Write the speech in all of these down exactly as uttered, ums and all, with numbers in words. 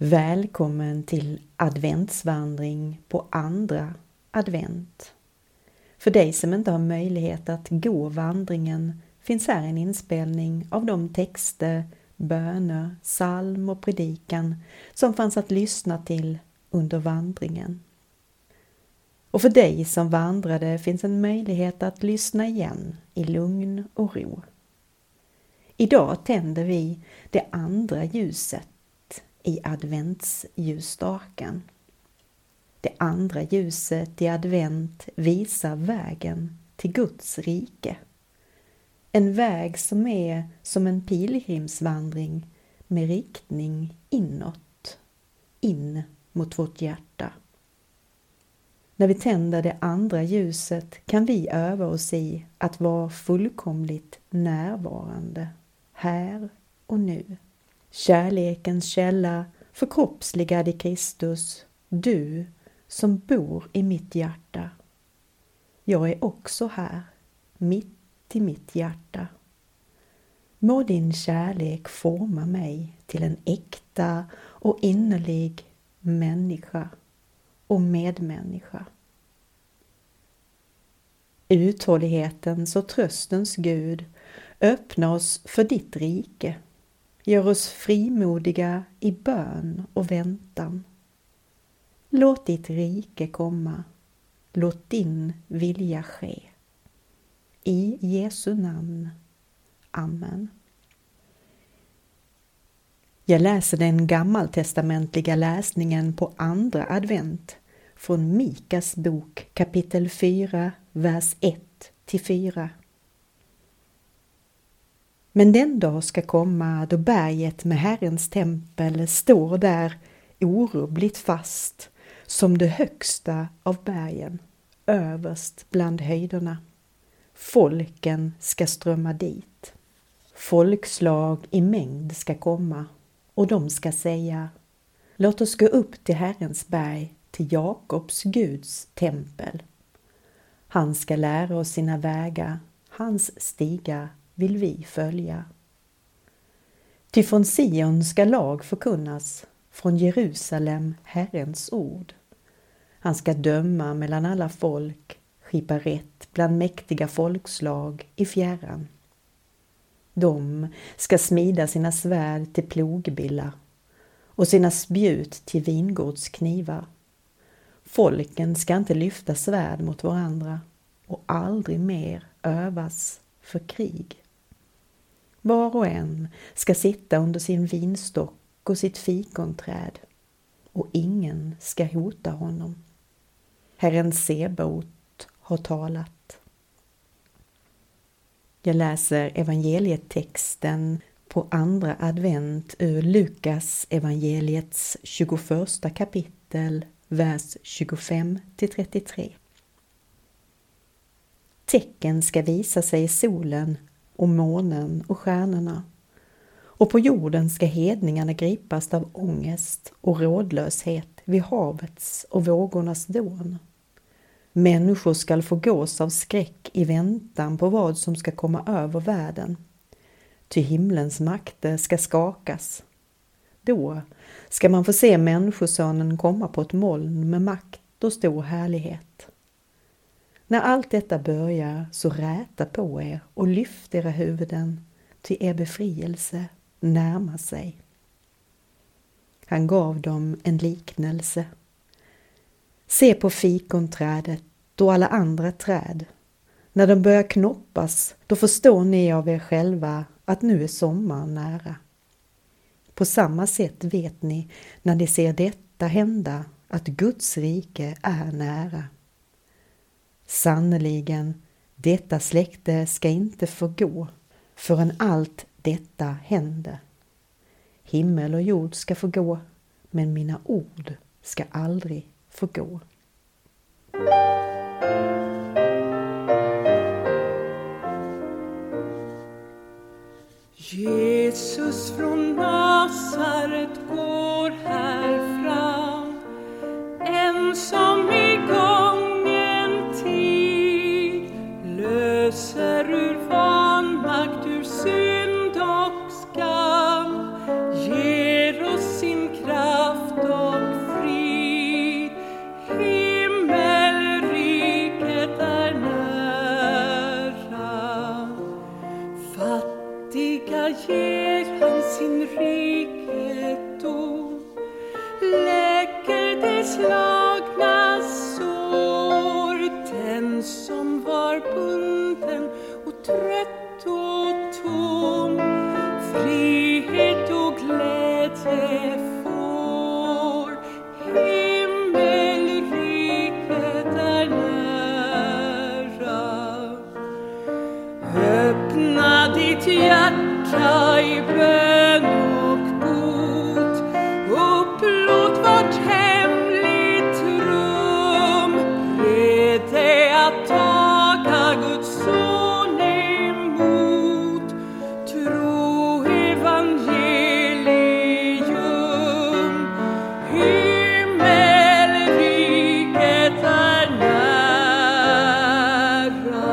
Välkommen till adventsvandring på andra advent. För dig som inte har möjlighet att gå vandringen finns här en inspelning av de texter, böner, psalm och predikan som fanns att lyssna till under vandringen. Och för dig som vandrade finns en möjlighet att lyssna igen i lugn och ro. Idag tänder vi det andra ljuset i adventsljusstaken. Det andra ljuset i advent visar vägen till Guds rike. En väg som är som en pilgrimsvandring med riktning inåt, in mot vårt hjärta. När vi tänder det andra ljuset kan vi öva oss i att vara fullkomligt närvarande, här och nu. Kärlekens källa förkroppsligad i Kristus, du som bor i mitt hjärta. Jag är också här, mitt i mitt hjärta. Må din kärlek forma mig till en äkta och innerlig människa och medmänniska. Uthållighetens och tröstens Gud, öppna oss för ditt rike. Gör oss frimodiga i bön och väntan. Låt ditt rike komma. Låt din vilja ske. I Jesu namn. Amen. Jag läser den gammaltestamentliga läsningen på andra advent från Mikas bok kapitel fyra, vers ett till fyra. Men den dag ska komma då berget med Herrens tempel står där orubbligt fast som det högsta av bergen, överst bland höjderna. Folken ska strömma dit. Folkslag i mängd ska komma och de ska säga: låt oss gå upp till Herrens berg, till Jakobs Guds tempel. Han ska lära oss sina vägar, hans stigar vill vi följa. Ty från Sion ska lag förkunnas, från Jerusalem Herrens ord. Han ska döma mellan alla folk, skipa rätt bland mäktiga folkslag i fjärran. De ska smida sina svärd till plogbillar och sina spjut till vingårdsknivar. Folken ska inte lyfta svärd mot varandra och aldrig mer övas för krig. Var och en ska sitta under sin vinstock och sitt fikonträd, och ingen ska hota honom. Herren Sebaot har talat. Jag läser evangelietexten på andra advent ur Lukas evangeliets tjugoförsta kapitel, vers tjugofem till trettiotre. Tecken ska visa sig i solen och månen och stjärnorna, och på jorden ska hedningarna gripas av ångest och rådlöshet vid havets och vågornas dån. Människor skall få gås av skräck i väntan på vad som ska komma över världen. Ty himlens makter ska skakas. Då ska man få se människosonen komma på ett moln med makt och stor härlighet. När allt detta börjar, så räta på er och lyft era huvuden, ty er befrielse närmar sig. Han gav dem en liknelse. Se på fikonträdet och alla andra träd. När de börjar knoppas, då förstår ni av er själva att nu är sommaren nära. På samma sätt vet ni, när ni ser detta hända, att Guds rike är nära. Sannoliken, detta släkte ska inte förgå förrän allt detta händer. Himmel och jord ska förgå, men mina ord ska aldrig förgå. Jesus från Nasaret går här fram, ensam i gången tid, löser ur vanmakt, ur synd och skam, ger oss sin kraft slagna sår, den som var bunden och trött och tom, frihet och glädje får. Himmelriket är nära. Öppna ditt hjärta i bön och bot, upplåt vart hemligt rum. Red dig att taga Guds son emot, tro evangelium. Himmelriket är nära.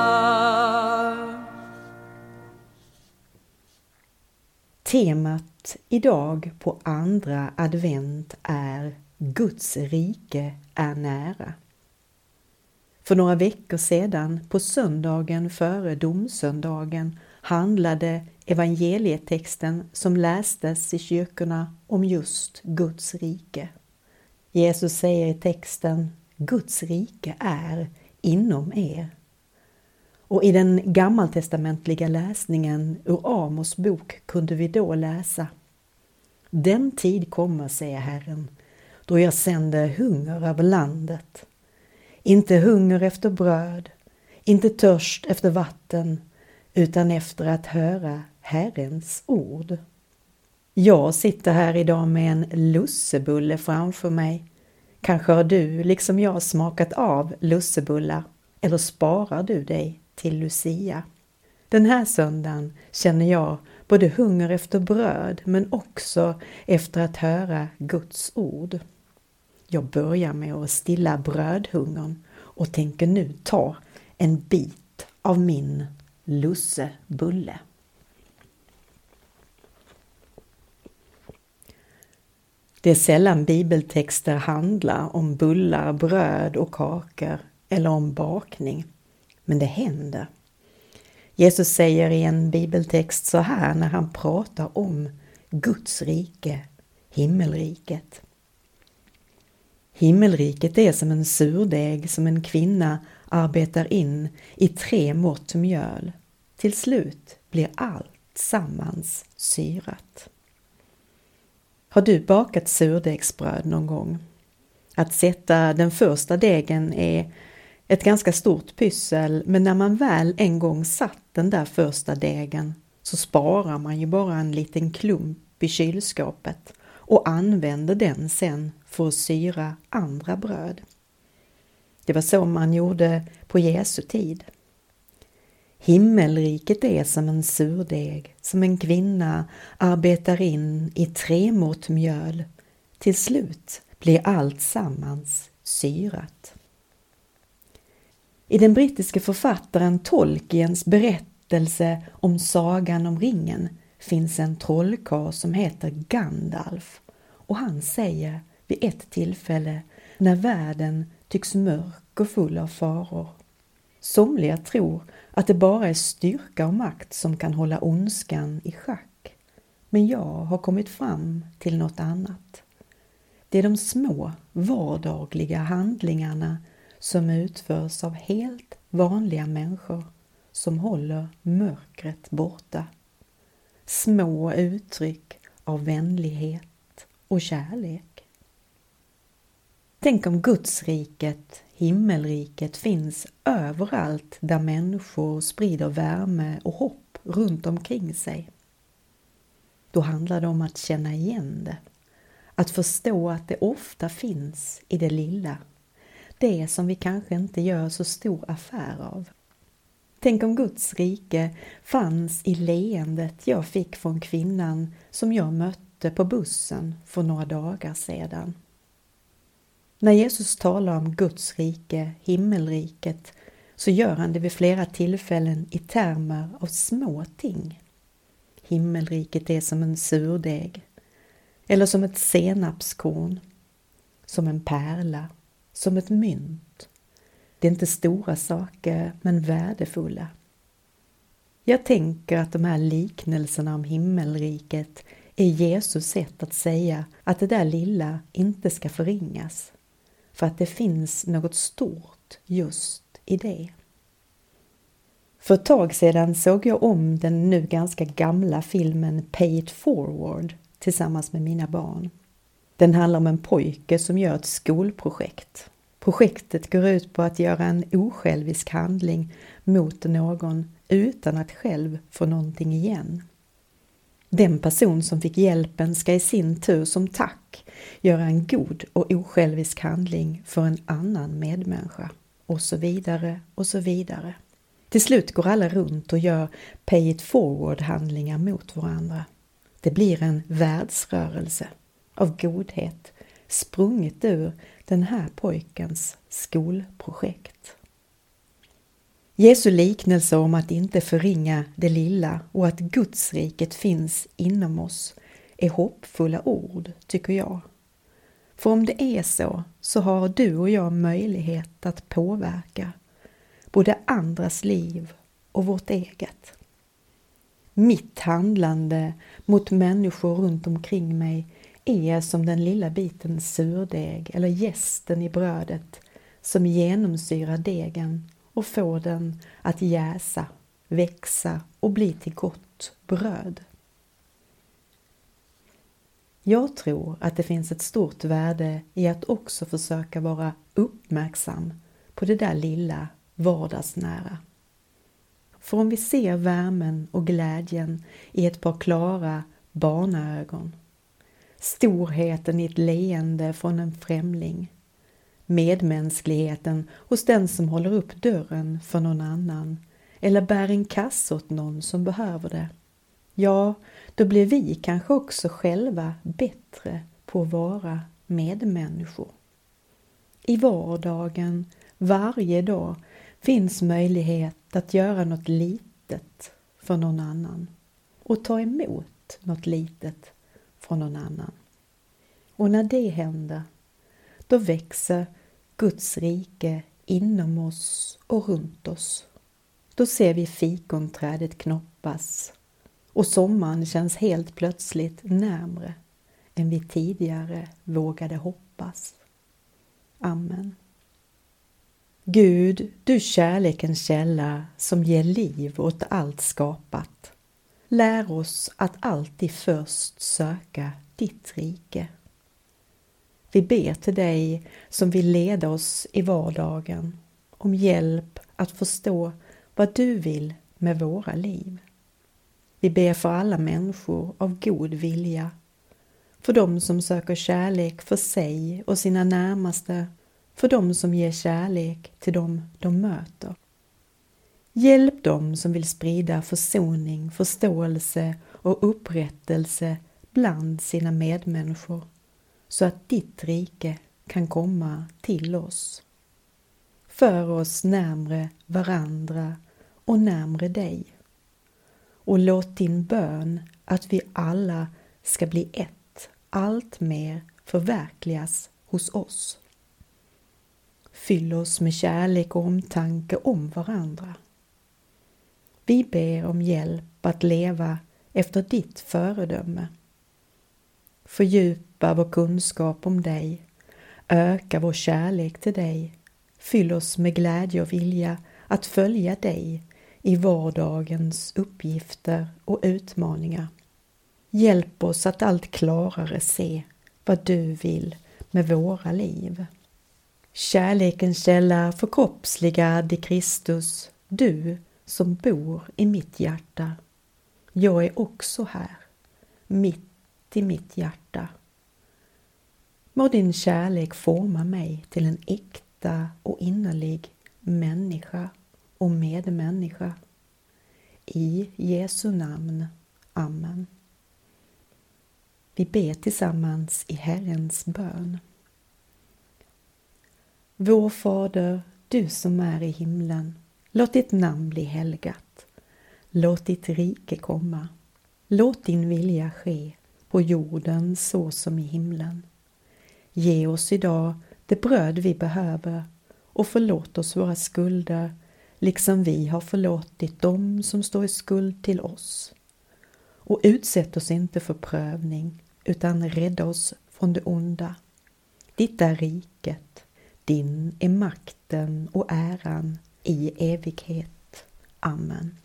Temat idag på andra advent är Guds rike är nära. För några veckor sedan, på söndagen före domsöndagen, handlade evangelietexten som lästes i kyrkorna om just Guds rike. Jesus säger i texten: Guds rike är inom er. Och i den gammaltestamentliga läsningen ur Amos bok kunde vi då läsa: Den tid kommer, säger Herren, då jag sänder hunger över landet. Inte hunger efter bröd, inte törst efter vatten, utan efter att höra Herrens ord. Jag sitter här idag med en lussebulle framför mig. Kanske har du, liksom jag, smakat av lussebullar, eller sparar du dig till Lucia? Den här söndagen känner jag både hunger efter bröd men också efter att höra Guds ord. Jag börjar med att stilla brödhungern och tänker nu ta en bit av min lussebulle. Det är sällan bibeltexter handlar om bullar, bröd och kakor eller om bakning, men det händer. Jesus säger i en bibeltext så här när han pratar om Guds rike, himmelriket. Himmelriket är som en surdeg som en kvinna arbetar in i tre mått mjöl. Till slut blir allt sammans syrat. Har du bakat surdegsbröd någon gång? Att sätta den första degen är ett ganska stort pyssel, men när man väl en gång satt den där första degen så sparar man ju bara en liten klump i kylskåpet och använder den sen för att syra andra bröd. Det var så man gjorde på Jesu tid. Himmelriket är som en surdeg som en kvinna arbetar in i tre mått mjöl. Till slut blir allt sammans syrat. I den brittiske författaren Tolkiens berättelse om Sagan om ringen finns en trollkarl som heter Gandalf, och han säger vid ett tillfälle när världen tycks mörk och full av faror: somliga tror att det bara är styrka och makt som kan hålla ondskan i schack, men jag har kommit fram till något annat. Det är de små vardagliga handlingarna som utförs av helt vanliga människor som håller mörkret borta. Små uttryck av vänlighet och kärlek. Tänk om Gudsriket, himmelriket, finns överallt där människor sprider värme och hopp runt omkring sig. Då handlar det om att känna igen det. Att förstå att det ofta finns i det lilla. Det som vi kanske inte gör så stor affär av. Tänk om Guds rike fanns i leendet jag fick från kvinnan som jag mötte på bussen för några dagar sedan. När Jesus talar om Guds rike, himmelriket, så gör han det vid flera tillfällen i termer av små ting. Himmelriket är som en surdeg, eller som ett senapskorn, som en pärla, som ett mynt. Det är inte stora saker, men värdefulla. Jag tänker att de här liknelserna om himmelriket är Jesus sätt att säga att det där lilla inte ska förringas, för att det finns något stort just i det. För ett tag sedan såg jag om den nu ganska gamla filmen Pay It Forward tillsammans med mina barn. Den handlar om en pojke som gör ett skolprojekt. Projektet går ut på att göra en osjälvisk handling mot någon utan att själv få någonting igen. Den person som fick hjälpen ska i sin tur som tack göra en god och osjälvisk handling för en annan medmänniska. Och så vidare och så vidare. Till slut går alla runt och gör pay it forward handlingar mot varandra. Det blir en världsrörelse av godhet sprunget ur den här pojkens skolprojekt. Jesu liknelse om att inte förringa det lilla och att Guds riket finns inom oss är hoppfulla ord, tycker jag. För om det är så, så har du och jag möjlighet att påverka både andras liv och vårt eget. Mitt handlande mot människor runt omkring mig är som den lilla biten surdeg eller jästen i brödet som genomsyrar degen och får den att jäsa, växa och bli till gott bröd. Jag tror att det finns ett stort värde i att också försöka vara uppmärksam på det där lilla vardagsnära. För om vi ser värmen och glädjen i ett par klara barnaögon, storheten i ett leende från en främling, medmänskligheten hos den som håller upp dörren för någon annan eller bär en kasse åt någon som behöver det, ja, då blir vi kanske också själva bättre på att vara medmänniskor. I vardagen, varje dag, finns möjlighet att göra något litet för någon annan och ta emot något litet från någon annan. Och när det händer, då växer Guds rike inom oss och runt oss. Då ser vi fikonträdet knoppas och sommaren känns helt plötsligt närmre än vi tidigare vågade hoppas. Amen. Gud, du kärlekens källa som ger liv åt allt skapat. Lär oss att alltid först söka ditt rike. Vi ber till dig som vill leda oss i vardagen om hjälp att förstå vad du vill med våra liv. Vi ber för alla människor av god vilja, för dem som söker kärlek för sig och sina närmaste, för dem som ger kärlek till dem de möter. Hjälp dem som vill sprida försoning, förståelse och upprättelse bland sina medmänniskor, så att ditt rike kan komma till oss. För oss närmre varandra och närmre dig. Och låt din bön att vi alla ska bli ett allt mer förverkligas hos oss. Fyll oss med kärlek och omtanke om varandra. Vi ber om hjälp att leva efter ditt föredöme. Fördjupa vår kunskap om dig, öka vår kärlek till dig, fyll oss med glädje och vilja att följa dig i vardagens uppgifter och utmaningar. Hjälp oss att allt klarare se vad du vill med våra liv. Kärlekens källa förkroppsligad i Kristus, du som bor i mitt hjärta. Jag är också här, mitt i mitt hjärta. Må din kärlek forma mig till en äkta och innerlig människa och medmänniska. I Jesu namn. Amen. Vi ber tillsammans i Herrens bön. Vår Fader, du som är i himlen, låt ditt namn bli helgat. Låt ditt rike komma. Låt din vilja ske på jorden så som i himlen. Ge oss idag det bröd vi behöver och förlåt oss våra skulder, liksom vi har förlåtit dem som står i skuld till oss. och utsätt oss inte för prövning, utan rädda oss från det onda. Ditt är riket, din är makten och äran i evighet. Amen.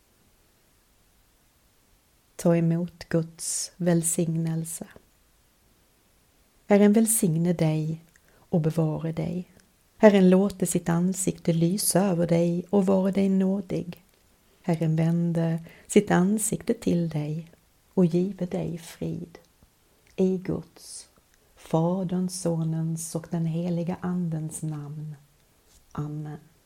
Ta emot Guds välsignelse. Herren välsigne dig och bevare dig. Herren låter sitt ansikte lysa över dig och vare dig nådig. Herren vände sitt ansikte till dig och give dig frid. I Guds, Faderns, Sonens och den heliga Andens namn. Amen.